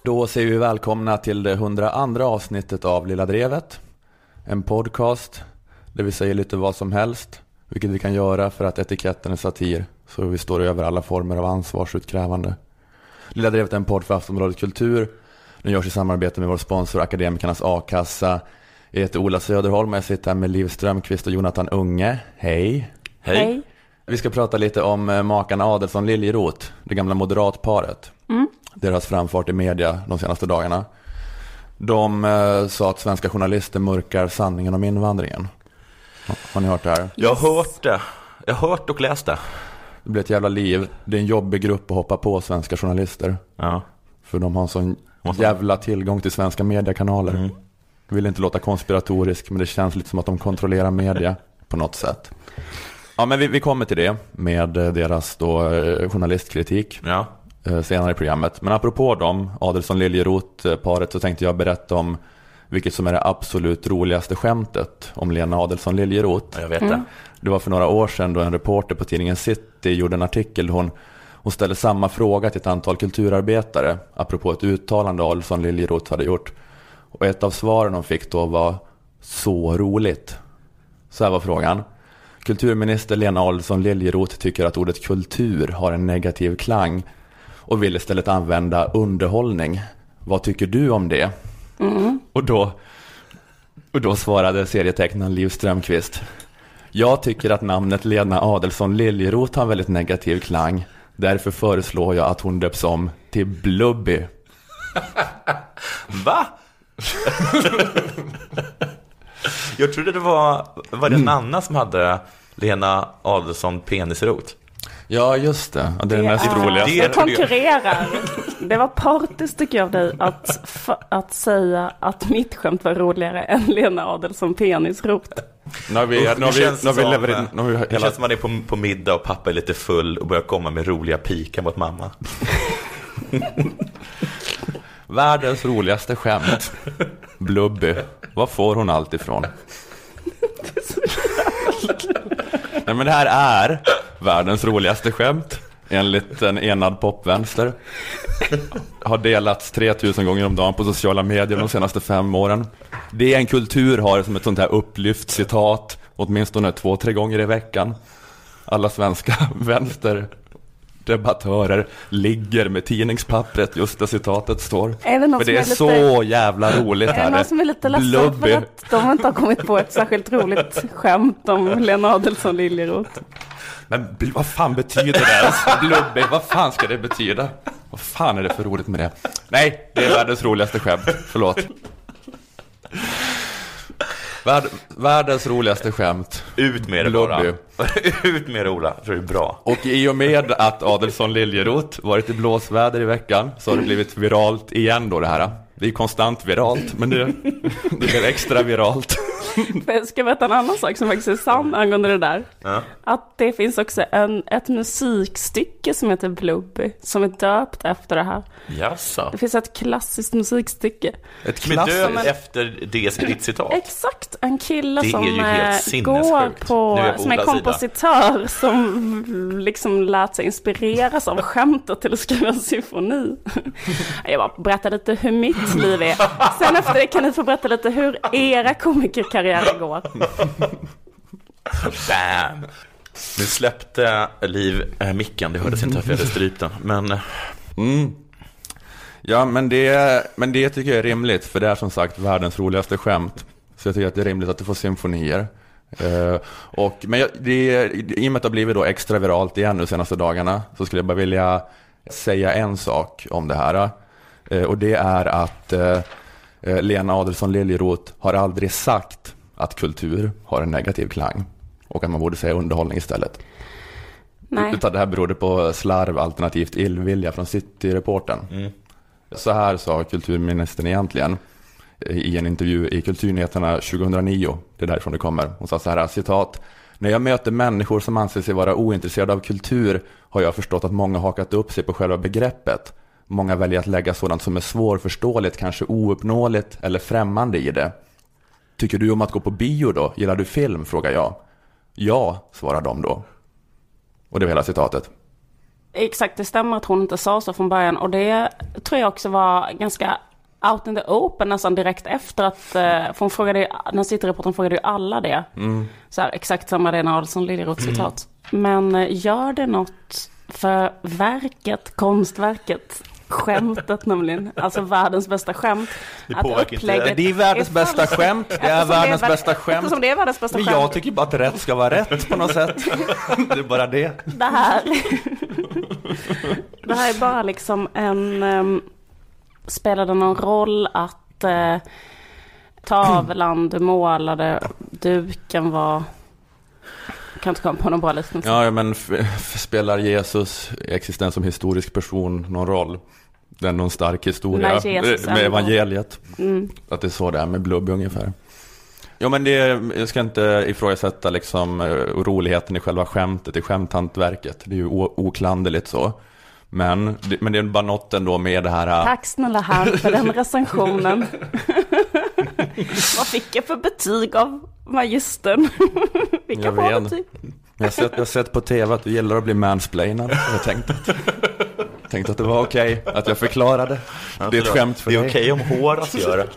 Då säger vi välkomna till det 102:a avsnittet av Lilla Drevet. En podcast där vi säger lite vad som helst, vilket vi kan göra för att etiketten är satir, så vi står över alla former av ansvarsutkrävande. Lilla Drevet är en podd för Aftonbladet Kultur. Den görs i samarbete med vår sponsor Akademikernas A-kassa. Jag heter Ola Söderholm och jag sitter här med Liv Strömqvist och Jonathan Unge. Hej. Hej. Vi ska prata lite om makarna Adelsohn Liljeroth, det gamla moderatparet. Deras framfart i media de senaste dagarna. De sa att svenska journalister mörkar sanningen om invandringen. Har ni hört det här? Jag har hört det. Jag har hört och läst det. Det blir ett jävla liv. Det är en jobbig grupp att hoppa på, svenska journalister. Ja. För de har en sån jävla tillgång till svenska mediekanaler. Jag vill inte låta konspiratorisk, men det känns lite som att de kontrollerar media på något sätt. Ja, men vi kommer till det med deras då journalistkritik senare i programmet. Men apropå dem, Adelsohn Liljeroth-paret, så tänkte jag berätta om vilket som är det absolut roligaste skämtet om Lena Adelsohn Liljeroth. Jag vet det. Det var för några år sedan då en reporter på tidningen City gjorde en artikel. Hon ställde samma fråga till ett antal kulturarbetare apropå ett uttalande Adelsohn Liljeroth hade gjort. Och ett av svaren hon fick då var så roligt. Så här var frågan. Kulturminister Lena Adelsohn Liljeroth tycker att ordet kultur har en negativ klang och vill istället använda underhållning. Vad tycker du om det? Och då svarade serietecknaren Liv Strömqvist. Jag tycker att namnet Lena Adelsohn Liljeroth har en väldigt negativ klang. Därför föreslår jag att hon döps om till Blubby. Va? Jag trodde det var det Nanna som hade Lena Adelsohn Penisroth. Ja, just det. Ja, det är mest roligaste. Det konkurrerar. Det var partiskt tycker jag av dig att säga att mitt skämt var roligare än Lena Adelsohn Penisroth. Det känns som man är på middag och pappa är lite full och börjar komma med roliga pikar mot mamma. Världens roligaste skämt. Blubby. Vad får hon allt ifrån? Nej, men det här är världens roligaste skämt. Enligt en enad popvänster. Har delats 3000 gånger om dagen på sociala medier de senaste 5 åren. Det är en kultur har som ett sånt här upplyft citat åtminstone 2-3 gånger i veckan. Alla svenska vänsterdebattörer ligger med tidningspappret just där citatet står. Men det är så jävla roligt här. Är det någon som är lite ledsen för att de inte har kommit på ett särskilt roligt skämt om Lena Adelsohn Liljeroth? Men vad fan betyder det? Blubby, vad fan ska det betyda? Vad fan är det för roligt med det? Nej, det är världens roligaste skämt. Förlåt. Världens roligaste skämt. Ut med det bara. Ut med det, Ola. Jag tror det är bra. Och i och med att Adelsohn Liljeroth varit i blåsväder i veckan så har det blivit viralt igen då det här. Det är konstant viralt, men det blir extra viralt. Jag ska berätta en annan sak som faktiskt är sann angående det där. Ja. Att det finns också ett musikstycke som heter Blubby som är döpt efter det här. Jaså. Det finns ett klassiskt musikstycke. Ett klassiskt efter ditt citat? Exakt, en kille det som går på som är kompositör som liksom lät sig inspireras av skämtet till att skriva en symfoni. Jag bara berättar lite hur mitt liv är. Sen efter det kan ni få berätta lite hur era komikerkarriärer går. Bam! Nu släppte Liv micken, det hördes inte för jag hade strypt den. Men... Ja, men det tycker jag är rimligt. För det är som sagt världens roligaste skämt. Så jag tycker att det är rimligt att du får symfonier. Men i och med att det har blivit då extra viralt igen nu senaste dagarna, så skulle jag bara vilja säga en sak om det här. Och det är att Lena Adelsohn Liljeroth har aldrig sagt att kultur har en negativ klang och att man borde säga underhållning istället. Nej. Utan det här berodde på slarv alternativt illvilja från City-reporten. Så här sa kulturministern egentligen i en intervju i Kulturnyheterna 2009. Det är därifrån det kommer. Hon sa så här, citat: när jag möter människor som anser sig vara ointresserade av kultur har jag förstått att många hakat upp sig på själva begreppet. Många väljer att lägga sådant som är svårförståeligt, kanske ouppnåeligt eller främmande i det. Tycker du om att gå på bio då? Gillar du film? Frågar jag. Ja, svarar de då. Och det var hela citatet. exakt, det stämmer att hon inte sa så från början. Och det tror jag också var ganska out in the open nästan direkt efter att... För hon frågade, den sitter-reportern frågade ju alla det. Så här, exakt samma Lena Adelsohn Liljeroth citat. Men gör det något för verket, konstverket, skämtet nämligen, alltså världens bästa skämt. Det är världens bästa skämt. Det är världens bästa skämt. Eftersom det är världens bästa skämt. Jag tycker bara att rätt ska vara rätt på något sätt. Det är bara det. Det här är bara liksom en... spelade någon roll att tavlan du målade, duken var... Jag kan inte komma på någon bra liknelse. Ja, men spelar Jesus existens som historisk person någon roll? Det är någon stark historia med evangeliet. Att det är så det är med Blubb ungefär. Ja, men jag ska inte ifrågasätta liksom roligheten i själva skämtet, i skämthantverket. Det är ju oklanderligt så. Men det är bara något ändå med det här... Tack snälla här för den recensionen. Vad fick jag för betyg av magistern? Vilka bra betyg? Jag har sett på tv att du gillar att bli mansplainad. Jag tänkte att det var okej att jag förklarade. Det är ett skämt för dig. Det är okej om Horace gör det.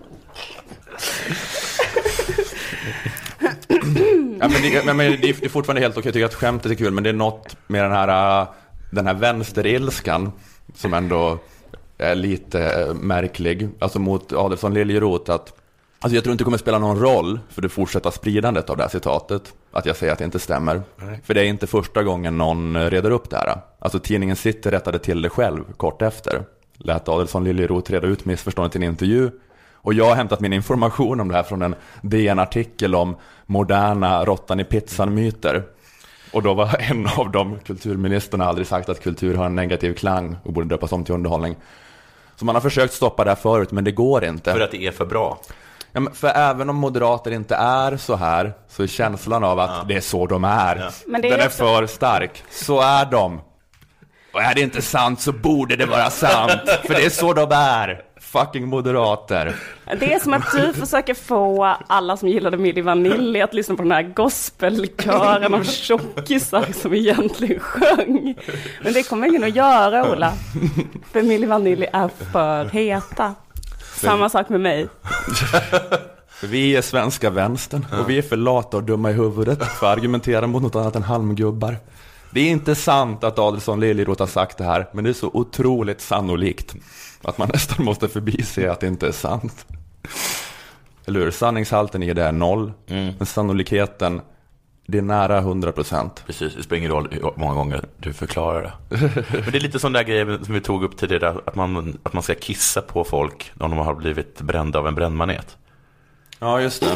Ja, men det är fortfarande helt okej. Jag tycker att skämtet är kul. Men det är något med den här vänsterilskan som ändå är lite märklig. Alltså mot Adelsohn Liljeroth att... Alltså jag tror inte det kommer spela någon roll för det fortsätta spridandet av det här citatet. Att jag säger att det inte stämmer. Nej. För det är inte första gången någon reder upp det här. Alltså tidningen City rättade till det själv kort efter. Lät Adelsohn Liljeroth reda ut missförståndet i en intervju. Och jag har hämtat min information om det här från en DN-artikel om moderna råttan i pizzan-myter. Och då var en av de kulturministerna aldrig sagt att kultur har en negativ klang och borde döpas om till underhållning. Så man har försökt stoppa det här förut, men det går inte. För att det är för bra. Ja, för även om moderater inte är så här, så är känslan av att det är så de är. Ja. Men den är för stark. Så är de. Och är det inte sant så borde det vara sant. För det är så de är. Fucking moderater. Det är som att du försöker få alla som gillade Milli Vanilli att lyssna på den här gospelkören av tjockisar som egentligen sjöng. Men det kommer ingen att göra, Ola. För Milli Vanilli är för heta. Samma sak med mig. Vi är svenska vänstern och vi är för lata och dumma i huvudet för att argumentera mot något annat än halmgubbar. Det är inte sant att Adelsohn Liljeroth har sagt det här, men det är så otroligt sannolikt att man nästan måste förbise att det inte är sant. Eller hur? Sanningshalten i det är 0. Men sannolikheten, det är nära 100%. Precis, det spelar ingen roll hur många gånger du förklarar det. Men det är lite sån där grej som vi tog upp tidigare, att man ska kissa på folk om de har blivit brända av en brännmanet. Ja, just det.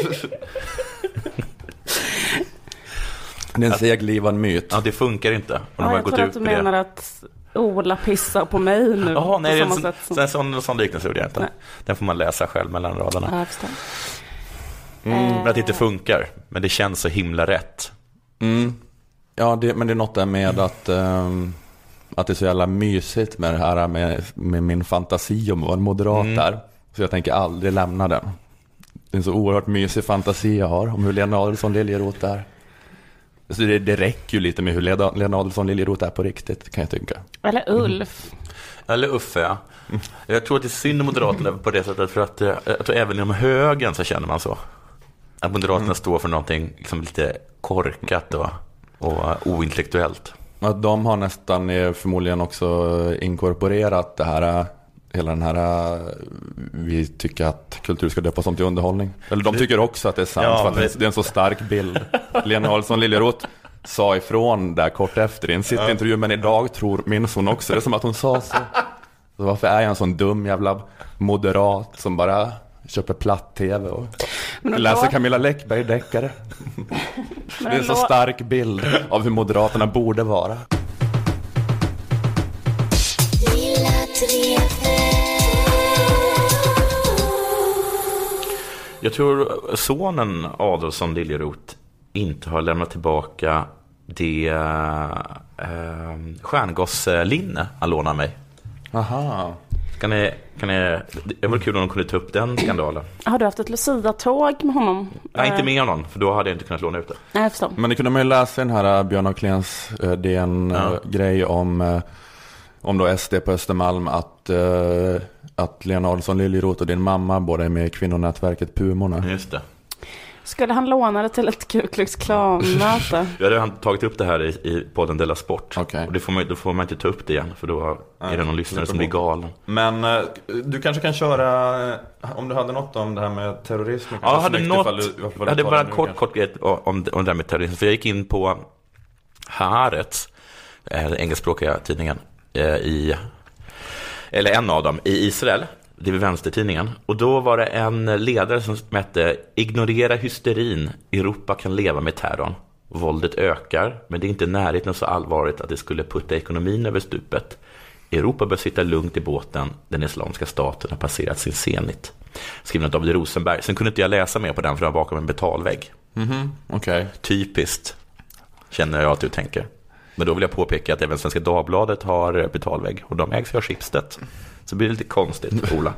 Det är en seglivad myt. Ja, det funkar inte. Jag tror att du menar att Ola pissar på mig nu. Jaha, nej, det är en sån liknelse gjorde jag inte. Nej. Den får man läsa själv mellan raderna. Ja, jag förstår. Men att det inte funkar. Men det känns så himla rätt. Ja, men det är något där med att det är så jävla mysigt med det här med min fantasi om vad en moderat är. Så jag tänker aldrig lämna den. Det är en så oerhört mysig fantasi jag har om hur Lena Adelsohn Liljeroth är. Så det räcker ju lite med hur Lena Adelsohn Liljeroth är på riktigt, kan jag tycka. Eller Ulf. Eller Uffe, ja. Jag tror att det är synd om Moderaterna på det sättet, för att jag tror även inom högen så känner man så. Att Moderaterna står för någonting liksom lite korkat och ointellektuellt. Att de har nästan förmodligen också inkorporerat det här, hela den här, vi tycker att kultur ska döpas om till underhållning. Eller de tycker också att det är sant, för att det är en så stark bild. Lena Adelsohn Liljeroth sa ifrån där kort efter i en intervju, men idag minns hon också det som att hon sa så. Så varför är jag en sån dum jävla moderat som bara köper platt-tv och läser Camilla Läckberg-deckare? Det är en så stark bild av hur Moderaterna borde vara. Jag tror sonen Adelsohn Liljeroth inte har lämnat tillbaka det stjärngosslinne han lånar mig. Aha. Det var kul om de kunde ta upp den skandalen. Har du haft ett Lucia-tåg med honom? Nej, inte med honom, för då hade jag inte kunnat låna ut det. Nej, jag förstår. Men det kunde man ju läsa i den här Björn af Kleens DN-grej om då SD på Östermalm att Lena Adelsohn Liljeroth och din mamma båda är med i kvinnonätverket Pumorna. Just det. Skulle han låna det till ett Ku Klux Klan-möte? Jag hade tagit upp det här i podden Della Sport. Okay. Och då får man inte ta upp det igen, för då är det någon lyssnare som blir galen. Men du kanske kan köra, om du hade något om det här med terrorism. Ja, jag hade bara en kort grej om det här med terrorism. För jag gick in på Haaretz, den engelskspråkiga tidningen, eller en av dem, i Israel. Det är vänstertidningen. Och då var det en ledare som hette ignorera hysterin. Europa kan leva med terrorn. Våldet ökar, men det är inte närheten så allvarligt att det skulle putta ekonomin över stupet. Europa bör sitta lugnt i båten. Den islamiska staten har passerat sin zenit. Skriven av David Rosenberg. Sen kunde inte jag läsa mer på den för jag var bakom en betalvägg. Okay. Typiskt, känner jag att du tänker. Men då vill jag påpeka att även Svenska Dagbladet har betalvägg. Och de ägs av Schibsted. Så blir det lite konstigt, Ola.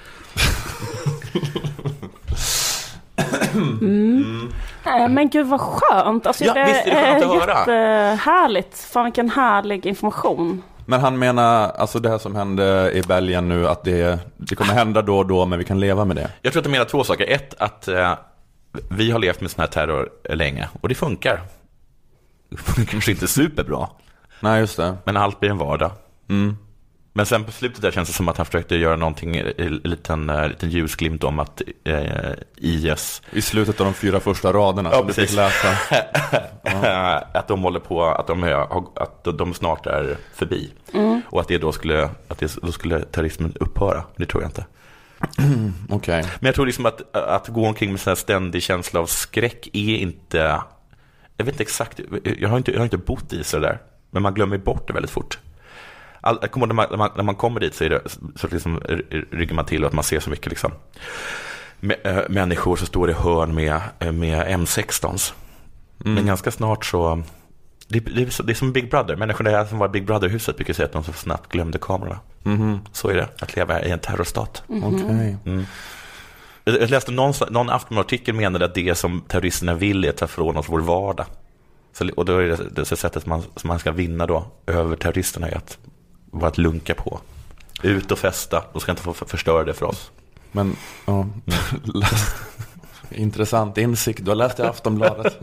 Men gud vad skönt. Alltså, ja, det visst är det skönt att höra. Jättehärligt. Fan vilken härlig information. Men han menar, alltså det här som hände i Belgien nu, att det kommer hända då och då, men vi kan leva med det. Jag tror att de menar två saker. Ett, att vi har levt med sån här terror länge. Och det funkar. Kanske inte superbra. Nej, just det. Men allt blir en vardag. Men sen på slutet där känns det som att han försökte göra någonting, en liten ljusglimt om att IS... I slutet av de 4 första raderna som du fick läsa. Att de håller på, att de snart är förbi. Och att det då skulle terrorismen upphöra. Det tror jag inte. Okay. Men jag tror liksom att gå omkring med en ständig känsla av skräck är inte... Jag vet inte exakt, jag har inte bott i så där. Men man glömmer bort det väldigt fort. När man kommer dit så är det så liksom ryggar man till och att man ser så mycket liksom människor som står i hörn med M16s. Men ganska snart så det är som Big Brother. Människorna som var Big Brother-huset brukar säga att de så snabbt glömde kamerorna. Så är det att leva i en terrorstat. Okay. Jag läste någon Aftonbladet-artikel menade att det som terroristerna vill är att ta från oss vår vardag. Och då är det sättet som man ska vinna då över terroristerna är att vara att lunka på. Ut och festa. De ska inte få förstöra det för oss. Men, ja. Intressant insikt. Du har läst i Aftonbladet.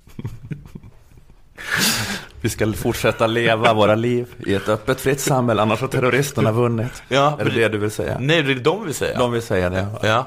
Vi ska fortsätta leva våra liv i ett öppet fritt samhälle, annars har terroristerna vunnit. Ja, är det du vill säga? Nej, det är de vill säga. De vill säga det. Ja.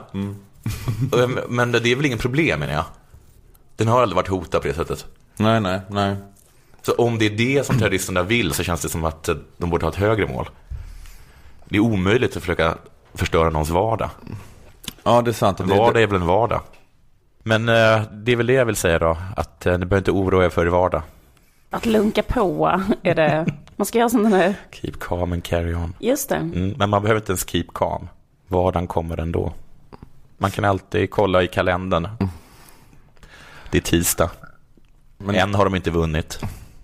Men det är väl ingen problem, menar jag. Den har aldrig varit hotad på det sättet. Nej. Så om det är det som terroristerna vill så känns det som att de borde ha ett högre mål. Det är omöjligt att försöka förstöra någons vardag. Ja, det är sant. Vardag är väl en vardag. Men det är väl det jag vill säga då. Att ni behöver inte oroa er för er vardag. Att lunka på är det. Man ska göra sånt nu. Keep calm and carry on. Just det. Men man behöver inte ens keep calm. Vardagen kommer ändå. Man kan alltid kolla i kalendern. Det är tisdag. Men än har de inte vunnit.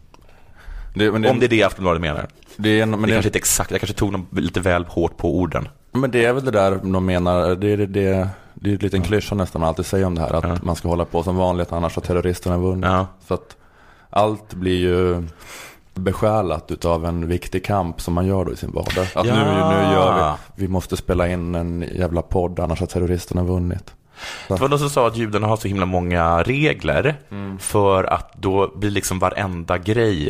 Om det är det Aftonbladet menar. Det kanske inte exakt. Jag kanske tog dem lite väl hårt på orden. Men det är väl det där de menar. Det är en liten klyscha nästan man alltid säger om det här. Att man ska hålla på som vanligt, annars har terroristerna vunnit. Ja. Så att allt blir ju besjälat utav en viktig kamp som man gör då i sin vardag. Att nu gör vi måste spela in en jävla podd, annars har terroristerna vunnit. Det var någon som sa att judarna har så himla många regler för att då blir liksom varenda grej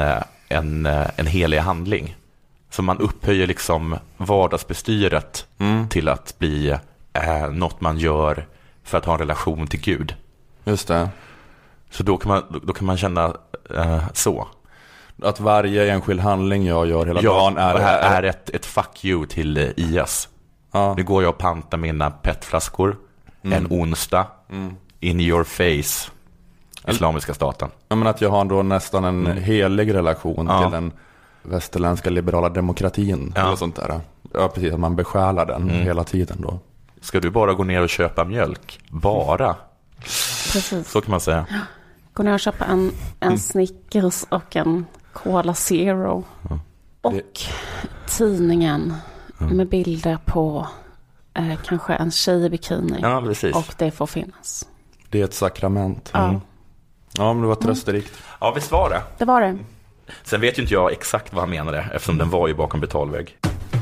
en helig handling. Så man upphöjer liksom vardagsbestyret till att bli något man gör för att ha en relation till Gud. Just det. Så då kan man känna så. Att varje enskild handling jag gör hela dagen är ett fuck you till IS. Ja. Nu går jag och pantar mina petflaskor en onsdag in your face Islamiska staten. Ja, men att jag har då nästan en helig relation till den västerländska liberala demokratin eller sånt där. Ja, precis, att man besjälar den hela tiden då. Ska du bara gå ner och köpa mjölk? Bara? Precis. Så kan man säga. Gå ner och köpa en Snickers och en Cola Zero. Och tidningen med bilder på kanske en tjej i bikini. Ja, precis. Och det får finnas. Det är ett sakrament. Ja. Ja, men det var trösterikt. Ja, visst var det. Det var det. Sen vet ju inte jag exakt vad han menade, eftersom den var ju bakom betalvägg.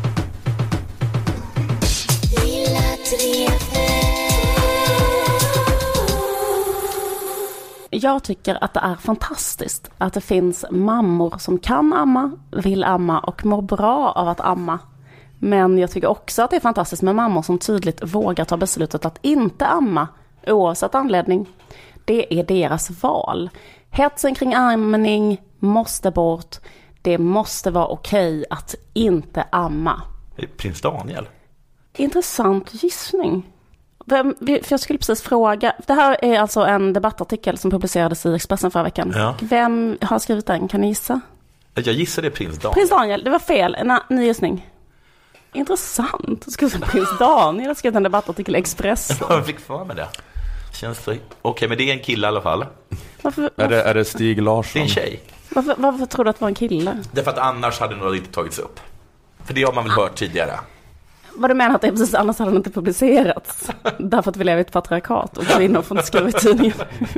Jag tycker att det är fantastiskt att det finns mammor som kan amma, vill amma och mår bra av att amma. Men jag tycker också att det är fantastiskt med mammor som tydligt vågar ta beslutet att inte amma, oavsett anledning. Det är deras val. Hetsen kring amning måste bort. Det måste vara okej att inte amma. Prins Daniel. Intressant gissning. För jag skulle precis fråga. Det här är alltså en debattartikel som publicerades i Expressen förra veckan. Ja. Vem har skrivit den? Kan ni gissa? Jag gissar det är Prins Daniel. Prins Daniel, det var fel. En ny gissning. Intressant. Skulle säga Prins Daniel har skrivit en debattartikel i Expressen. Jag fick för mig det. Känns det... Okej, men det är en kille i alla fall. Varför? Är det Stig Larsson? Det är en tjej. Varför tror du att det var en kille? Därför att annars hade nog inte tagits upp. För det har man väl hört tidigare. Vad du menar att det är precis, annars hade den inte publicerats? Därför att vi lever i ett patriarkat och kvinnor får inte skriva i tidningen.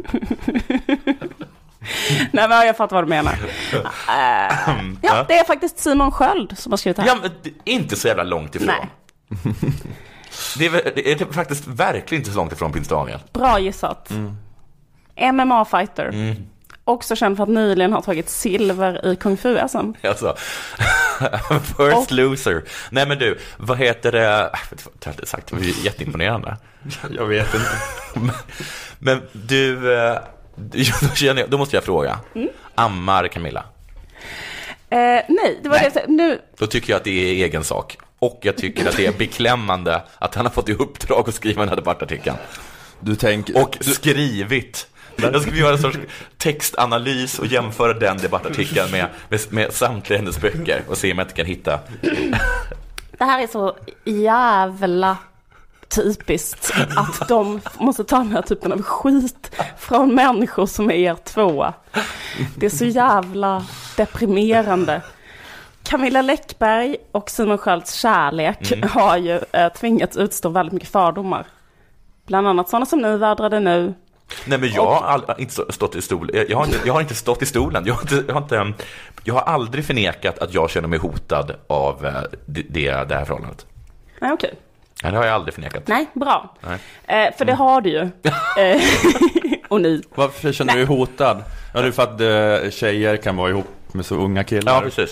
Nej, men jag fattar vad du menar. Ja, det är faktiskt Simon Sköld som har skrivit det här. Ja, men inte så jävla långt ifrån. Nej. Det är faktiskt verkligen inte så långt ifrån Prins Daniel. Bra gissat. MMA-fighter. Också känd för att nyligen har tagit silver i Kung Fu-SM. Alltså, first loser. Nej, men du, vad heter det? Jag har sagt, det var ju jätteimponerande. Jag vet inte. Men du, då måste jag fråga. Ammar Camilla? Nej, det var det. Nu... Då tycker jag att det är egen sak. Och jag tycker att det är beklämmande att han har fått i uppdrag att skriva den här debattartikeln. Och skrivit. Jag ska göra en sorts textanalys och jämföra den debattartikeln med samtliga hennes böcker och se om jag inte kan hitta. Det här är så jävla typiskt att de måste ta den här typen av skit från människor som är er två. Det är så jävla deprimerande. Camilla Läckberg och Simon Skölds kärlek har ju tvingats utstå väldigt mycket fördomar. Bland annat sådana som ni vädrade nu. Nej, men jag har inte stått i stolen. Jag har inte stått i stolen. Jag har aldrig förnekat att jag känner mig hotad av det här förhållandet. Nej, okej. Ja, det har jag aldrig förnekat. Nej, bra. Nej. För det har du ju. Och ni. Varför känner du dig hotad? Ja, det är för att tjejer kan vara ihop med så unga killar. Ja, precis.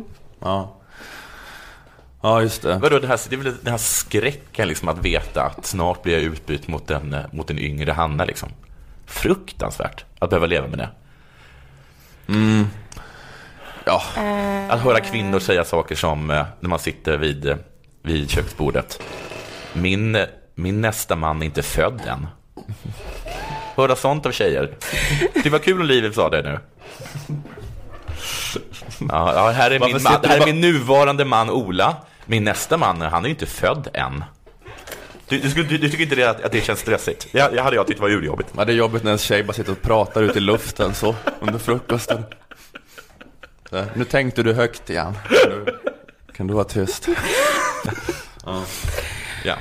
Ja, just det. Vadå, det är väl den här skräcken liksom, att veta att snart blir jag utbytt mot en yngre Hanna liksom. Fruktansvärt att behöva leva med det. Ja. Att höra kvinnor säga saker som när man sitter vid köksbordet. Min nästa man är inte född än. Höra sånt av tjejer. Det var kul om livet sa det nu. Ja, här är min nuvarande man Ola. Min nästa man, han är ju inte född än. Du tycker inte det att det känns stressigt? Jag hade tyckt det var urjobbigt. Ja, det är jobbigt när en tjej bara sitter och pratar ut i luften så under frukosten. Så, nu tänkte du högt igen. Kan du vara tyst? Ja.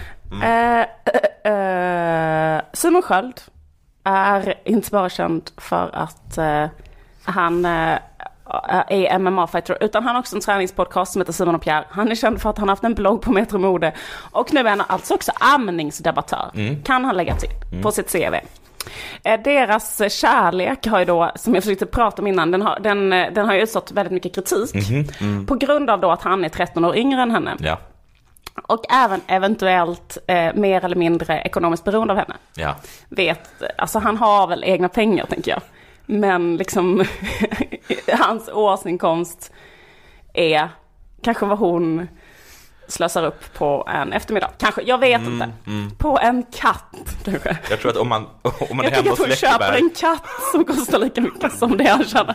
Simon Sköld är inte bara känd för att han är MMA-fighter, utan han har också en träningspodcast som heter Simon och Pierre. Han är känd för att han har haft en blogg på Metro Mode. Och nu är han alltså också amningsdebattör. Kan han lägga till på sitt CV. Deras kärlek har ju då, som jag försökte prata om innan, den har ju utstått väldigt mycket kritik. På grund av då att han är 13 år yngre än henne. Ja. Och även eventuellt mer eller mindre ekonomiskt beroende av henne. Ja. Alltså han har väl egna pengar, tänker jag. Men liksom hans årsinkomst är kanske vad hon slösar upp på en eftermiddag. Kanske, jag vet inte. På en katt kanske. Jag tror att om man är hemma hos Läckberg, köper en katt som kostar lika mycket som det han tjänar.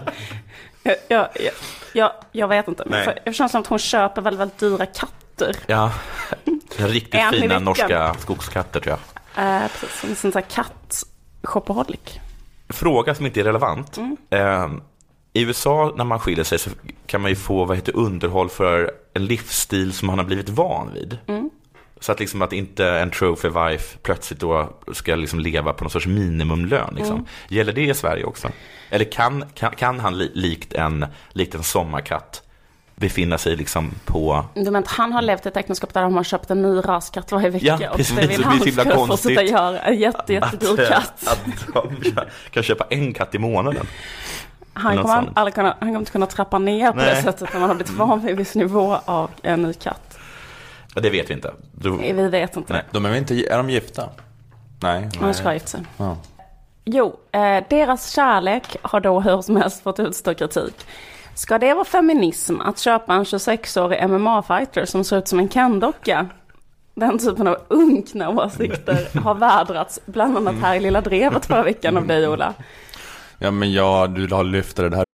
Jag vet inte. Men jag känner som att hon köper väldigt, väldigt dyra katter. Ja, riktigt fina norska skogskatter tror jag. Precis, som en sån här katt-shopaholic. Fråga som inte är relevant. I USA när man skiljer sig så kan man ju få underhåll för en livsstil som han har blivit van vid. Så att liksom att inte en trophy wife plötsligt då ska liksom leva på någon sorts minimumlön liksom. Gäller det i Sverige också? Eller kan han likt en sommarkatt befinna sig liksom på... Du menar att han har levt i ett äktenskap där de har köpt en ny raskatt varje vecka? Ja, och precis, det vill han skulle fortsätta göra. En jättedyr katt. Att kan köpa en katt i månaden. Han kommer inte kunna trappa ner på det sättet när man har blivit van vid en viss nivå av en ny katt. Ja, det vet vi inte. Vi vet inte. Nej. Är de gifta? Nej. De ska gifta sig. Ja. Jo, deras kärlek har då hur som helst fått utstå kritik. Ska det vara feminism att köpa en 26-årig MMA-fighter som ser ut som en Ken-docka? Den typen av unkna åsikter har vädrats bland annat här i Lilla Drevet förra veckan av dig, Ola. Ja, men du har lyft det här.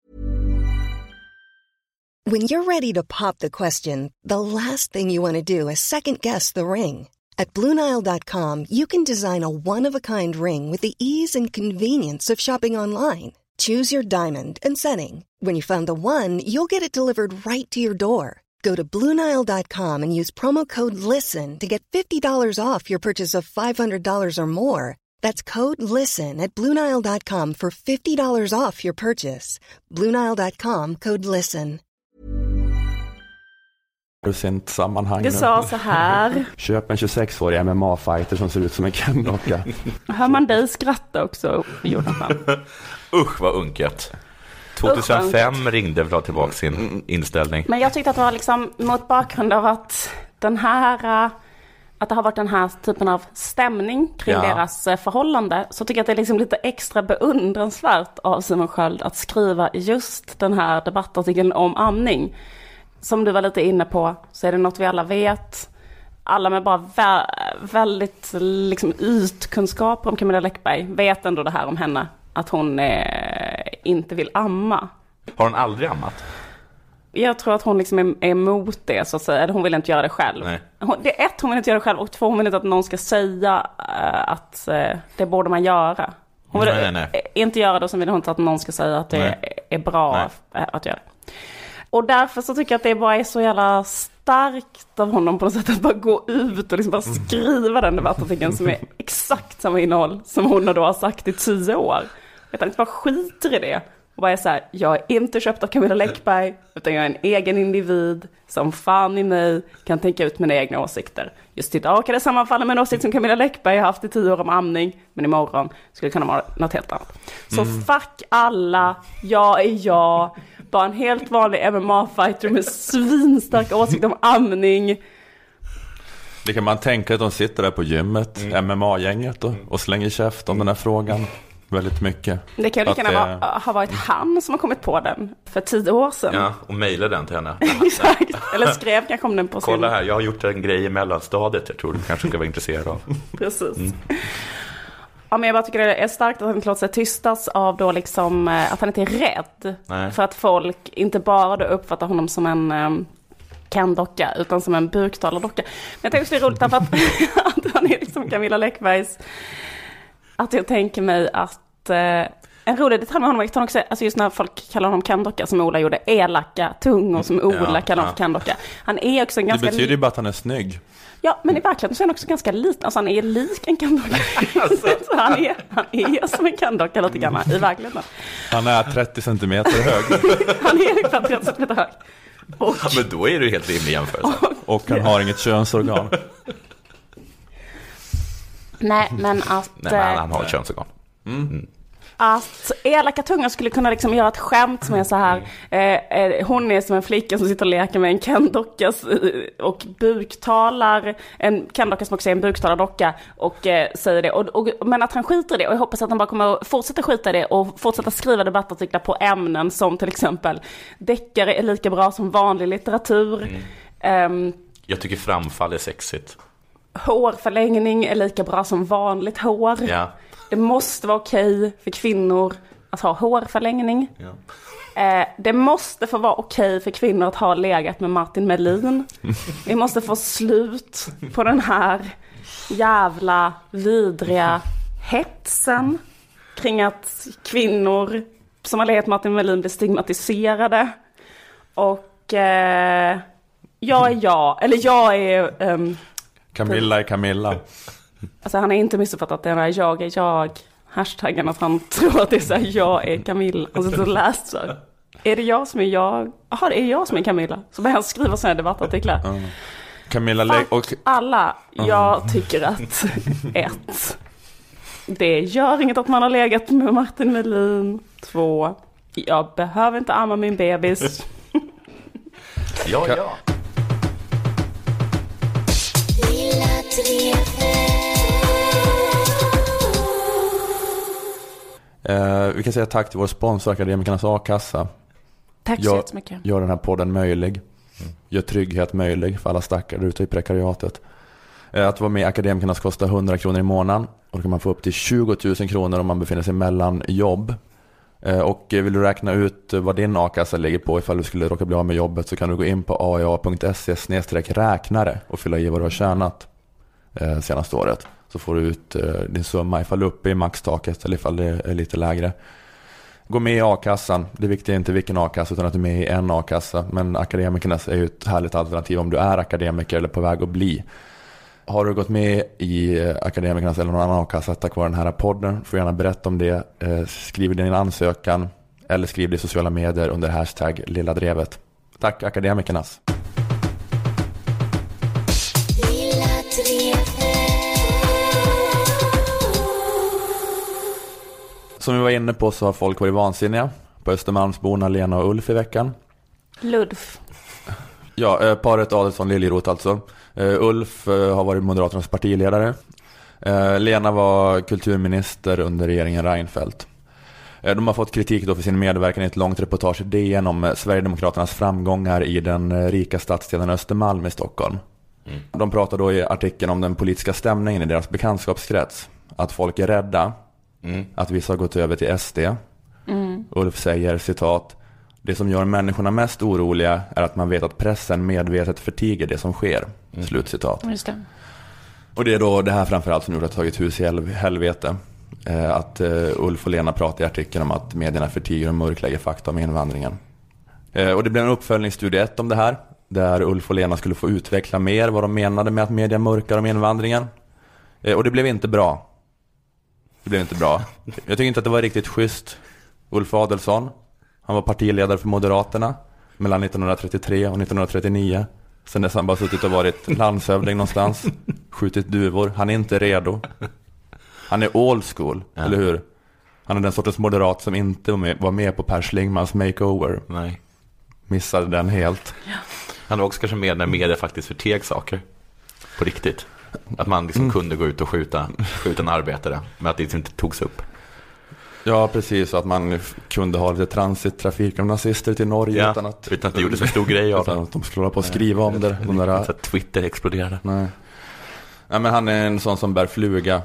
When you're ready to pop the question, the last thing you want to do is second guess the ring. At BlueNile.com, you can design a one-of-a-kind ring with the ease and convenience of shopping online. Choose your diamond and setting. When you find the one, you'll get it delivered right to your door. Go to BlueNile.com and use promo code LISTEN to get $50 off your purchase of $500 or more. That's code LISTEN at BlueNile.com for $50 off your purchase. BlueNile.com, code LISTEN. Sammanhang. Du sa så här. Köp en 26-årig MMA-fighter som ser ut som en Ken-docka. Hör man dig skratta också, Jonathan? Usch, vad unket. 2005 ringde och la tillbaka sin inställning. Men jag tyckte att det var liksom mot bakgrund av att det har varit den här typen av stämning kring deras förhållande, så tycker jag att det är liksom lite extra beundransvärt av Simon Sköld att skriva just den här debattartikeln om amning. Som du var lite inne på, så är det något vi alla vet. Alla med bara väldigt liksom ytkunskaper om Camilla Läckberg vet ändå det här om henne. Att hon inte vill amma. Har hon aldrig ammat? Jag tror att hon liksom är emot det, så att säga. Eller hon vill inte göra det själv. Det är hon vill inte göra det själv. Och två, hon vill inte att någon ska säga att det borde man göra. Hon vill inte göra det, och så vill hon inte att någon ska säga att det är bra att göra det. Och därför så tycker jag att det bara är så jävla starkt av honom på något sätt att bara gå ut och liksom bara skriva den debattartikeln som är exakt samma innehåll som hon då har sagt i 10 år. Utan inte bara skiter i det. Och bara är så här, jag är inte köpt av Camilla Läckberg, utan jag är en egen individ som fan i mig kan tänka ut mina egna åsikter. Just idag kan det sammanfalla med en åsikt som Camilla Läckberg har haft i 10 år om amning, men imorgon skulle det kunna vara något helt annat. Så fuck alla, jag är jag. Bara en helt vanlig MMA-fighter med svinstarka åsikter om amning. Det kan man tänka att de sitter där på gymmet, MMA-gänget och slänger käft om den här frågan väldigt mycket. Det kan ju lika ha varit han som har kommit på den för 10 år sedan. Ja, och mejlade den till henne. Exakt, eller skrev kanske om den på sin... Kolla här, jag har gjort en grej i mellanstadiet, jag tror du kanske ska vara intresserad av. Precis. Ja, men jag bara tycker det är starkt att han inte låter sig tystas av då liksom, att han inte är rädd. För att folk inte bara då uppfattar honom som en Ken-docka, utan som en buktalardocka. Men jag tänker också det är roligt därför att han är liksom Camilla Läckbergs, att jag tänker mig att en rolig detalj med honom är att han också, alltså just när folk kallar honom Ken-docka, som Ola gjorde, elaka tungor som Ola kallar honom för Ken-docka. Han är också en ganska... Det betyder ju bara att han är snygg. Ja, men i verkligheten så är han också ganska liten. Alltså han är lik en Ken-docka. Alltså. han är som en Ken-docka lite grann i verkligheten. Han är 30 centimeter hög. Han är ungefär 30 centimeter hög. Ja, men då är det ju helt rimlig jämförelse. Och han har inget könsorgan. Nej, men att... Nej, men han har ett könsorgan. Att elaka tunga skulle kunna liksom göra ett skämt som är så här, hon är som en flicka som sitter och leker med en Ken-docka och buktalar, en Ken-docka som också är en buktalardocka och säger det, men att han skiter i det, och jag hoppas att han bara kommer att fortsätta skita i det och fortsätta skriva debattartiklar på ämnen som till exempel deckare är lika bra som vanlig litteratur. Jag tycker framfall är sexigt. Hårförlängning är lika bra som vanligt hår. Ja. Det måste vara okej för kvinnor att ha hårförlängning. Ja. Det måste få vara okej för kvinnor att ha legat med Martin Melin. Vi måste få slut på den här jävla vidriga hetsen kring att kvinnor som har legat med Martin Melin blir stigmatiserade. Och jag är Camilla är Camilla. Alltså han har inte missuppfattat den där jag är jag hashtaggen, att han tror att det är så här, jag är Camilla. Alltså så läst så här, är det jag som är jag? Jaha, det är jag som är Camilla. Så börjar han skriva sådana här debattartiklar. Camilla och alla, jag tycker att det gör inget att man har legat med Martin Melin. 2, jag behöver inte amma min bebis. Ja. Vi kan säga tack till vår sponsor Akademikernas A-kassa. Tack så jättemycket. Gör den här podden möjlig. Gör trygghet möjlig för alla stackare ute i prekariatet. Att vara med i Akademikernas kostar 100 kronor i månaden. Och då kan man få upp till 20 000 kronor om man befinner sig mellan jobb. Och vill du räkna ut vad din A-kassa ligger på ifall du skulle råka bli av med jobbet, så kan du gå in på aia.se/räknare och fylla i vad du har tjänat senaste året. Så får du ut din summa ifall du är uppe i maxtaket eller ifall det är lite lägre. Gå med i A-kassan. Det viktiga är inte vilken A-kassa utan att du är med i en A-kassa. Men Akademikernas är ju ett härligt alternativ om du är akademiker eller på väg att bli. Har du gått med i Akademikernas eller någon annan A-kassa tack vare den här podden, får gärna berätta om det. Skriv din ansökan eller skriv det i sociala medier under hashtag Lilla Drevet. Tack Akademikernas. Som vi var inne på så har folk varit vansinniga på Östermalmsborna Lena och Ulf i veckan. Ludf. Ja, paret Adelsohn-Liljeroth alltså. Ulf har varit Moderaternas partiledare. Lena var kulturminister under regeringen Reinfeldt. De har fått kritik då för sin medverkan i ett långt reportage i DN om Sverigedemokraternas framgångar i den rika stadsdelen Östermalm i Stockholm. De pratar då i artikeln om den politiska stämningen i deras bekantskapskrets. Att folk är rädda. Att vissa har gått över till SD. Ulf säger, citat: det som gör människorna mest oroliga är att man vet att pressen medvetet förtiger det som sker. Slutcitat. Just det. Och det är då det här framförallt som gjort att tagit hus i helvete. Att Ulf och Lena pratar i artikeln om att medierna förtiger och mörklägger fakta om invandringen. Och det blev en uppföljningsstudie 1 om det här, där Ulf och Lena skulle få utveckla mer vad de menade med att media mörkar om invandringen. Och det blev inte bra. Jag tycker inte att det var riktigt schysst. Ulf Adelsohn, han var partiledare för Moderaterna mellan 1933 och 1939. Sen dess han bara suttit och varit landshövding någonstans, skjutit duvor. Han är inte redo. Han är old school, eller hur? Han är den sortens moderat som inte var med på Per Schlingmans makeover. Nej. Missade den helt. Han var också kanske med när media faktiskt förteg saker. På riktigt. Att man liksom kunde gå ut och skjuta en arbetare, men att det inte togs upp. Ja, precis. Så att man kunde ha lite transittrafik av nazister till Norge utan att det gjorde så stor grej av det. Att de skulle hålla på att skriva om det. Så att Twitter exploderade. Nej, men han är en sån som bär fluga.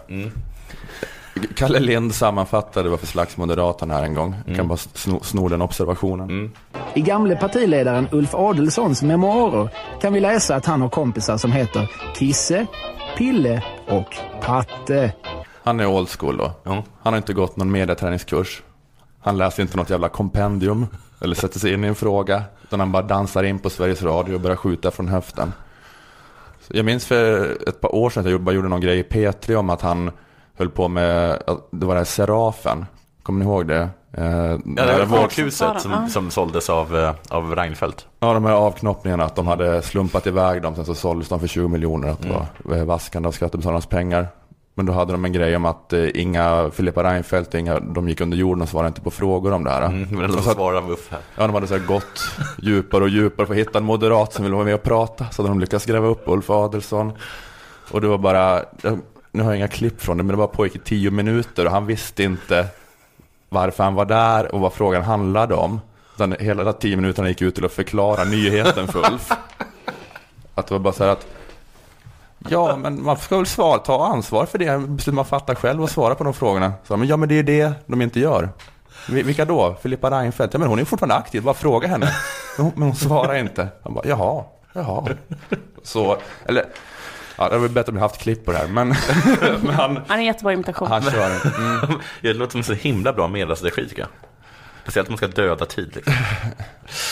Kalle Lind sammanfattade vad för slags Moderaterna här en gång. Kan bara sno den observationen. I gamle partiledaren Ulf Adelsohns memoarer kan vi läsa att han har kompisar som heter Kisse, Pille och Patte. Han är old school då. Han har inte gått någon mediaträningskurs. Han läser inte något jävla kompendium eller sätter sig in i en fråga, utan han bara dansar in på Sveriges Radio och börjar skjuta från höften. Jag minns för ett par år sedan att jag gjorde någon grej i P3 om att han höll på med, det var det här Serafen. Kommer ni ihåg det? Det var vårdhuset som såldes av Reinfeldt. Ja, de här avknoppningarna, att de hade slumpat iväg dem, sen så såldes de för 20 miljoner, att det var vaskande av skattebetalarnas pengar. Men då hade de en grej om att inga Filippa Reinfeldt, de gick under jorden och svarade inte på frågor om det här. Men de svarade Uff här. Ja, de hade så här gått djupare och djupare för att hitta en moderat som ville vara med och prata. Så hade de lyckats gräva upp Ulf Adelsohn. Och det var bara, nu har jag inga klipp från det, men det var pågick i 10 minuter och han visste inte varför han var där och vad frågan handlade om. Utan hela 10 minuterna gick ut till att förklara nyheten för Ulf. Att det var bara så här att ja, men man ska väl ta ansvar för det beslut man fattar själv och svara på de frågorna. Så, men det är det de inte gör. Vilka då? Filippa Reinfeldt? Ja, men hon är fortfarande aktiv, bara fråga henne. Men hon svarar inte. Han bara, jaha. Så, eller, ja, det var bättre om vi haft klipp på det här. Men han är jättebra imitation. Han kör. Det låter som så himla bra medelsstrategi, tycker jag. Speciellt om man ska döda tid. Liksom.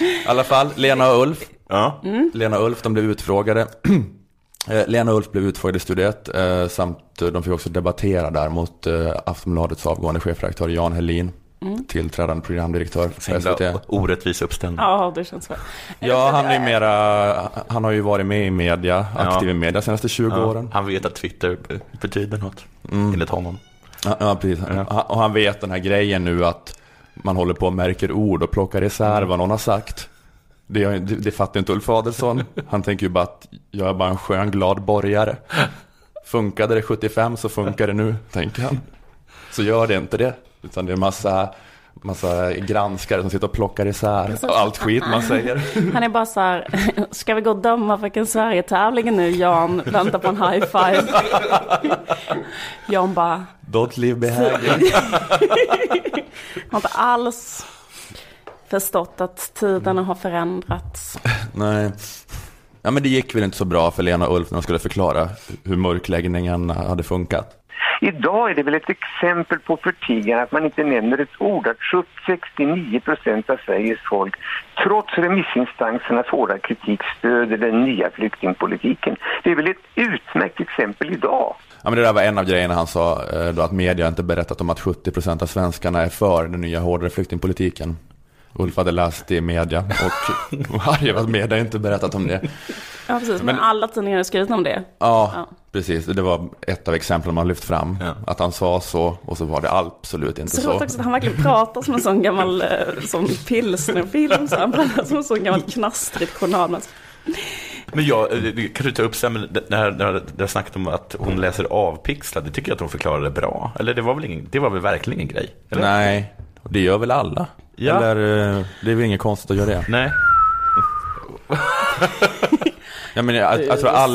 I alla fall, Lena och Ulf. Ja. Lena och Ulf, de blev utfrågade. Lena och Ulf blev utfrågade i Studio 1, samt de fick också debattera där mot Aftonbladets avgående chefredaktör Jan Helin, tillträdande programdirektör för SVT. Orättvis uppställning. Ja, det känns så. Ja, han har ju varit med i media, aktiv i media de senaste 20 åren. Han vet att Twitter betyder något, enligt honom. Ja, precis. Ja. Och han vet den här grejen nu att man håller på och märker ord och plockar isär vad någon har sagt. Det fattar inte Ulf Adelsohn. Han tänker ju bara att jag är bara en skön, glad borgare. Funkade det 75 så funkar det nu, tänker han. Så gör det inte det. Utan det är massa granskare som sitter och plockar isär allt skit man säger. Han är bara så här, ska vi gå och döma för Sverige-tävlingen nu, Jan? Vänta på en high five. Jan bara... Don't leave me hanging. Har inte alls förstått att tiderna har förändrats. Nej. Ja, men det gick väl inte så bra för Lena och Ulf när de skulle förklara hur mörkläggningen hade funkat. Idag är det väl ett exempel på förtigande att man inte nämner ett ord, att 69% av Sveriges folk, trots remissinstansernas hårda kritik, stöder den nya flyktingpolitiken. Det är väl ett utmärkt exempel idag. Ja, men det där var en av grejerna han sa, då, att media inte berättat om att 70% av svenskarna är för den nya hårdare flyktingpolitiken. Ulf hade läst det i media och varje att media inte berättat om det. Ja, precis. Men alla tidningar har skrivit om det. Ja, precis. Det var ett av exemplen man lyft fram. Ja. Att han sa så, och så var det absolut inte så. Så också att han verkligen pratar som en sån gammal som pilsnerfilm. Så han pratar som en sån gammal knastrigt journal. Men kan du ta upp sen när jag snackat om att hon läser avpixlad, det tycker jag att hon förklarade bra. Eller det var väl verkligen en grej? Eller? Nej, det gör väl alla. Ja. Eller det är väl inget konstigt att göra det. Nej. Jag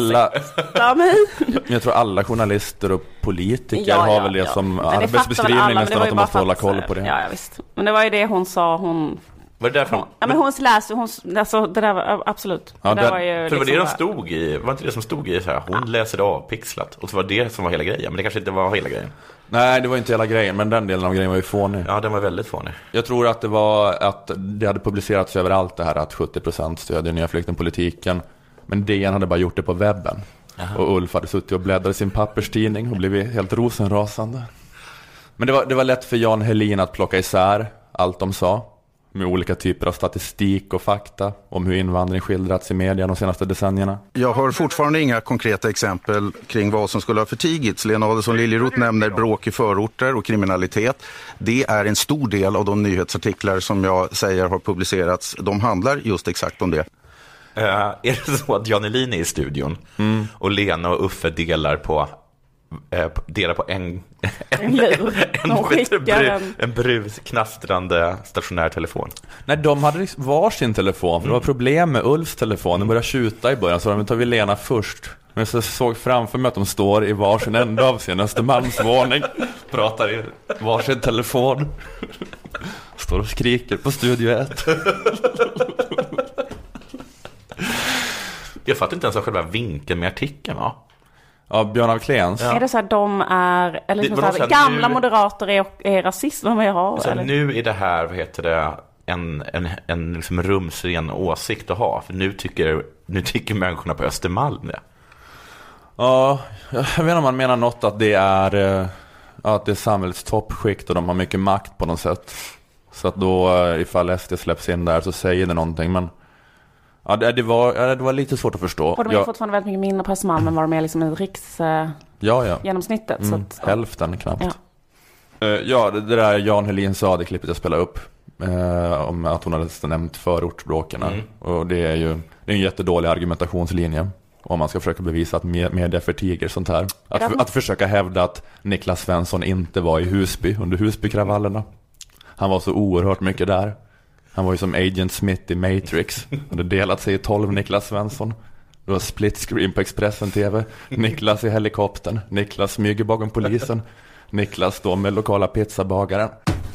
tror alla journalister och politiker har väl det som arbetsbeskrivning nästan, att de måste hålla koll på det. Ja, visst. Men det var ju det hon sa, var det därför? Ja, men hon läste, det där var absolut. Ja, det var ju för liksom det var det de stod i, var inte det som stod i så här, hon läser avpixlat, och så var det som var hela grejen, men det kanske inte var hela grejen. Nej, det var inte hela grejen, men den delen av grejen var ju fånig. Ja, den var väldigt fånig. Jag tror att det var att det hade publicerats överallt det här att 70% stödjer nya flyktingpolitiken, men DN hade bara gjort det på webben. Aha. Och Ulf hade suttit och bläddrat i sin papperstidning och blivit helt rosenrasande. Men det var lätt för Jan Helin att plocka isär allt de sa, med olika typer av statistik och fakta om hur invandring skildrats i media de senaste decennierna. Jag har fortfarande inga konkreta exempel kring vad som skulle ha förtigits. Lena Adelsohn Liljeroth nämner bråk i förorter och kriminalitet. Det är en stor del av de nyhetsartiklar som jag säger har publicerats. De handlar just exakt om det. Är det så att Jan Helin är i studion och Lena och Uffe delar på en brusknastrande stationär telefon? Nej, de hade varsin telefon, för det var problem med Ulfs telefon. Den började tjuta i början, så de tar vi Lena först. Men så såg framför mig att de står i varsin ända av sin Östermalmsvåning, pratar i varsin telefon, står och skriker på Studio 1. Jag fattar inte ens av själva vinkeln med artikeln, va? Ja, Björn av Klens. Ja. Är det så att de är, eller det, så här, gamla moderater är rasister, vad jag har? Så nu är det här, vad heter det, en liksom rumsren åsikt att ha. För nu tycker människorna på Östermalm det. Ja, jag vet inte om man menar något att det är samhällets toppskikt och de har mycket makt på något sätt. Så att då, ifall SD släpps in där, så säger det någonting, men ja, det var lite svårt att förstå. Och de är fortfarande väldigt mycket mindre på Östermalm än vad de är liksom i genomsnittet. Så att, hälften knappt. Ja, det där Jan Helin sa, det klippet jag spelade upp, om att hon hade nämnt förortsbråkarna. Och det är en jättedålig argumentationslinje om man ska försöka bevisa att media förtiger sånt här. Att försöka hävda att Niklas Svensson inte var i Husby under Husbykravallerna. Han var så oerhört mycket där. Han var ju som Agent Smith i Matrix. Han hade delat sig i 12 Niklas Svensson. Det var split screen på Expressen TV. Niklas i helikoptern. Niklas smyger bakom polisen. Niklas står med lokala pizzabagaren.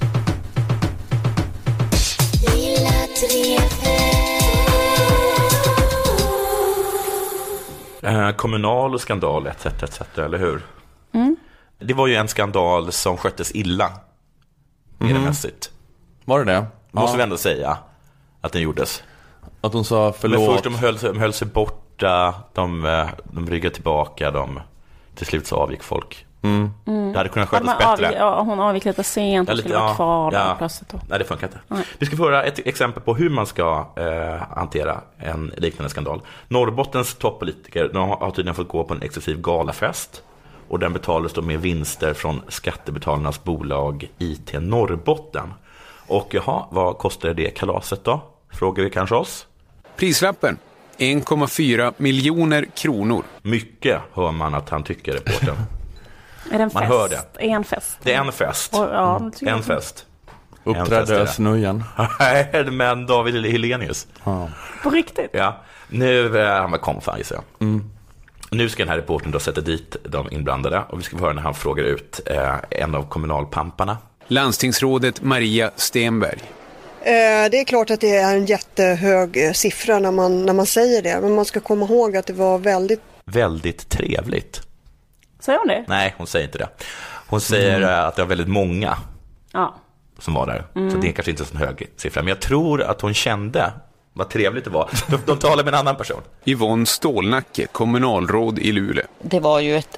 Kommunal och skandal etc. eller hur? Det var ju en skandal som sköttes illa. Mediemässigt. Var det det? Måste vi ändå säga. att den gjordes. Att hon sa förlåt. Men först de höll sig borta, de ryggade tillbaka, till slut så avgick folk. Det hade kunnat skötas bättre. Hon avgick lite sent och skulle vara kvar där plötsligt. Nej, det funkar inte. Nej. Vi ska få höra ett exempel på hur man ska hantera en liknande skandal. Norrbottens toppolitiker, de har tydligen fått gå på en exklusiv galafest. Och den betalades då med vinster från skattebetalarnas bolag IT Norrbotten. Och vad kostade det kalaset då? Frågar vi kanske oss. Prislappen 1,4 miljoner kronor. Mycket hör man att han tycker, reportern. Är det en fest? Man hör det. En fest. Det är en fest. En fest. Uppträdde Snöjen. Nej, men David Helenius. På riktigt? Ja. Nu han var konfan, gissar jag. Nu ska den här reportern då sätta dit de inblandade. Och vi ska få höra när han frågar ut en av kommunalpamparna. Landstingsrådet Maria Stenberg. Det är klart att det är en jättehög siffra när man säger det. Men man ska komma ihåg att det var väldigt trevligt. Säger hon det? Nej, hon säger inte det. Hon säger att det var väldigt många som var där. Så det är kanske inte en så hög siffra. Men jag tror att hon kände vad trevligt det var. De talar med en annan person. Yvonne Stålnacke, kommunalråd i Luleå. Det var ju ett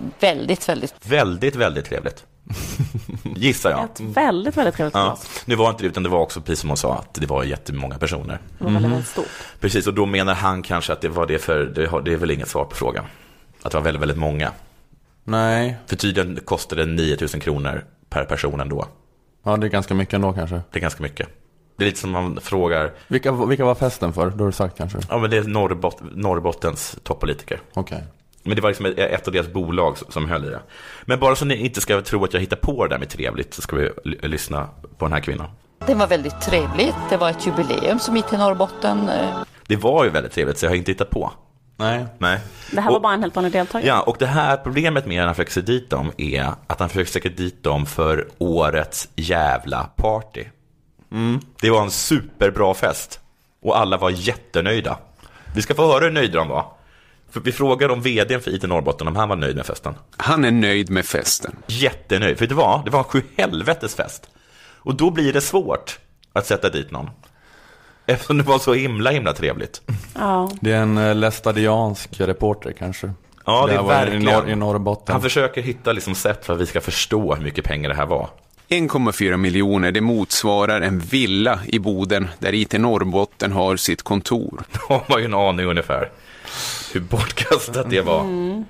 väldigt trevligt. Gissar jag. Ett väldigt trevligt. Ja. Nu var inte det, utan det var också precis som hon sa, att det var jättemånga personer. Det var väldigt stort. Precis, och då menar han kanske att det var det, för det är väl inget svar på frågan. Att det var väldigt många. Nej. För tydligen kostade 9 000 kronor per person ändå. Ja, det är ganska mycket ändå kanske. Det är ganska mycket. Det är lite som man frågar... Vilka var festen för? Då har du sagt kanske. Ja, men det är Norrbottens toppolitiker. Okej. Men det var liksom ett av deras bolag som höll i det. Men bara så ni inte ska tro att jag hittar på det där med trevligt, så ska vi lyssna på den här kvinnan. Det var väldigt trevligt. Det var ett jubileum som gick till Norrbotten. Det var ju väldigt trevligt, så jag har inte hittat på. Nej. Det här var bara en helt vanlig deltagare. Ja, och det här problemet med att han försöker dit dem är att han försöker säkert dit dem för årets jävla party. Det var en superbra fest. Och alla var jättenöjda. Vi ska få höra hur nöjda de var. För vi frågade om vdn för IT Norrbotten om han var nöjd med festen. Han är nöjd med festen. Jättenöjd, för det var en 7-helvetes fest. Och då blir det svårt att sätta dit någon. Eftersom det var så himla trevligt. Ja. Det är en lästadiansk reporter kanske. Ja, det är verkligen. I Norrbotten. Han försöker hitta liksom sätt för att vi ska förstå hur mycket pengar det här var. 1,4 miljoner, det motsvarar en villa i Boden där IT Norrbotten har sitt kontor. De har ju en aning ungefär hur bortkastat det var.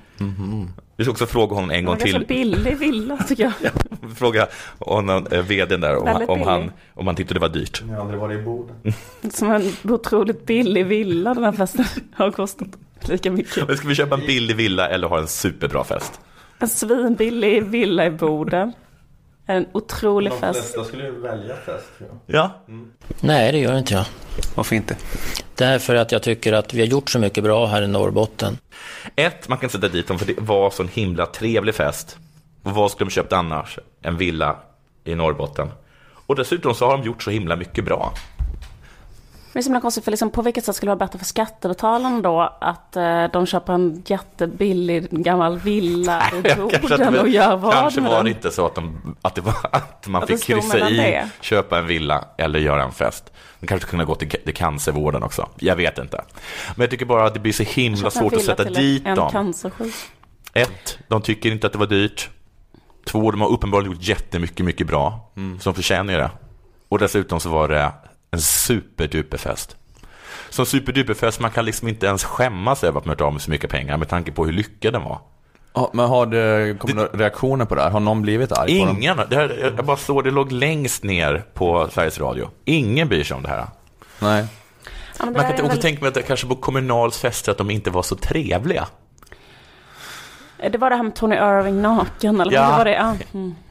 Vi ska också fråga honom en gång till. Det var en billig villa, tycker jag. Fråga honom, vdn där, om han tyckte det var dyrt. Jag har aldrig varit i Boden. Som en otroligt billig villa den här festen har kostat lika mycket. Men ska vi köpa en billig villa eller ha en superbra fest? En svinbillig villa i Boden. En otrolig fest. De flesta skulle ju välja fest. Ja. Nej, det gör inte jag. Varför inte? Därför att jag tycker att vi har gjort så mycket bra här i Norrbotten. Man kan sätta dit dem för det var så en himla trevlig fest. Och vad skulle de köpt annars? En villa i Norrbotten. Och dessutom så har de gjort så himla mycket bra. Men det är så himla konstigt, för liksom, på vilket sätt skulle det vara bättre för skattebetalarna då att de köper en jättebillig gammal villa i Boden och gör vad? Kanske var det inte så att man fick kryssa i köpa en villa eller göra en fest. Man kanske kunde gå till cancervården också. Jag vet inte. Men jag tycker bara att det blir så himla svårt att sätta dit dem. De tycker inte att det var dyrt. 2, de har uppenbarligen gjort jättemycket bra. Som förtjänar det. Och dessutom så var det en superduperfest. Som superduperfest, man kan liksom inte ens skämmas över att man har av med så mycket pengar med tanke på hur lyckad den var. Ja, men har det kommit reaktioner på det här? Har någon blivit arg på dem? Ingen. Jag bara såg det låg längst ner på Sveriges Radio. Ingen bryr sig om det här. Nej. Ja, man kan inte tänka mig att det kanske på Kommunals fester att de inte var så trevliga. Det var det här med Tony Irving naken eller vad var det? Ja.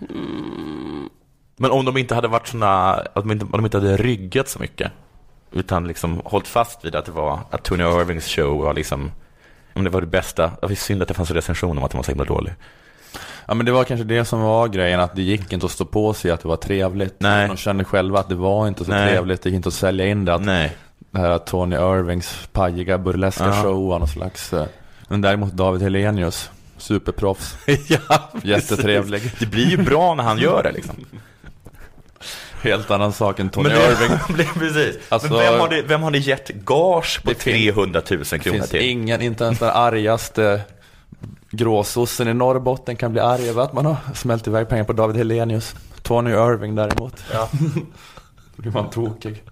Men om de inte hade varit såna, om de inte hade ryggat så mycket utan liksom hållit fast vid att det var att Tony Irvings show var liksom, om det var det bästa. Det var synd att det fanns en recension om att det var så himla dålig. Ja, men det var kanske det som var grejen, att det gick inte att stå på sig att det var trevligt. Nej. De kände själva att det var inte så trevligt. Det gick inte att sälja in det. Att det här Tony Irvings pajiga burleska show var någon slags. Men däremot David Helenius, superproffs. Ja, jättetrevlig. Det blir ju bra när han gör det liksom. Helt annan sak än Tony Irving. Precis. Alltså, men vem har ni gett gage på 300 000 kronor finns till? Ingen, inte ens den argaste gråsossen i Norrbotten kan bli arg över att man har smält iväg pengar på David Hellenius. Tony Irving däremot. Ja. Då blir man tokig.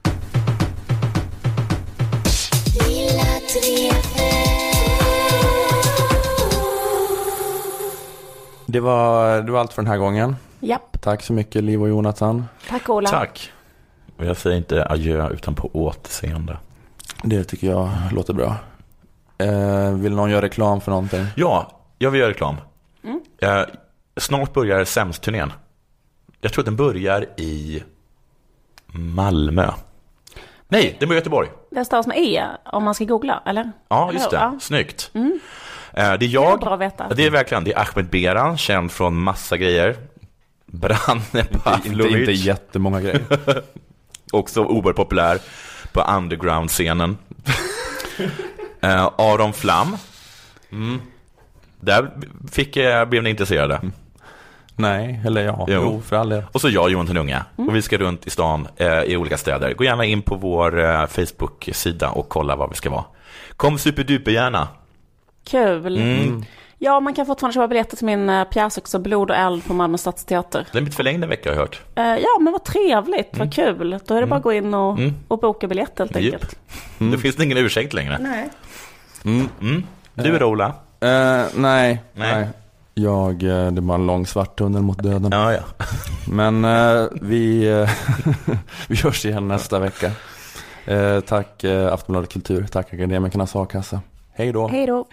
Det var allt för den här gången. Japp. Tack så mycket, Liv och Jonathan. Tack, Ola. Tack. Och jag säger inte adjö utan på återseende. Det tycker jag låter bra. Vill någon göra reklam för någonting? Ja, jag vill göra reklam. Snart börjar Sämst-turnén. Jag tror att den börjar i Malmö. Nej, den börjar i Göteborg. Det stavas med E om man ska googla, eller? Ja, just det. Ja. Snyggt. Mm. Det är jag. Det är bra att veta. Det är verkligen, det är Ahmed Beran, känd från massa grejer. Branne Pavlovic. Inte jättemånga grejer. Också oerhört populär på underground-scenen. Aron Flam. Där blev ni intresserade. Nej, eller ja. Jo, för all del. Och så jag, Johan Unga. Och vi ska runt i stan i olika städer. Gå gärna in på vår Facebook-sida och kolla vad vi ska vara. Kom superduper gärna. Kul. Ja, man kan fortfarande köpa biljetter till min pjäs också, Blod och eld på Malmö Stadsteater. Den är lite förlängd en vecka, har jag hört. Ja, men vad trevligt, vad kul. Då är det bara att gå in och boka biljett helt enkelt. Det finns ingen ursäkt längre. Nej. Du, Ola? Nej. Det var en lång svart tunnel mot döden. Ja. Men vi hörs igen nästa vecka. Tack Aftonbladet Kultur. Tack Akademikernas A-kassa. Hej då. Hej då.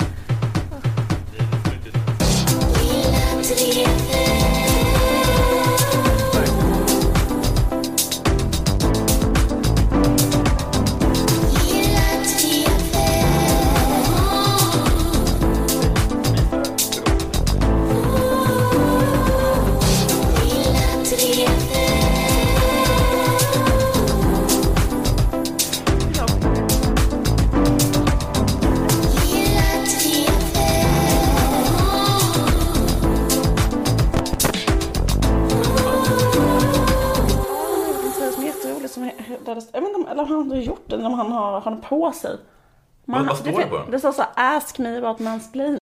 Eller har han gjort det när han har på sig? Vad står det på? Det står så, ask me about mansplaining.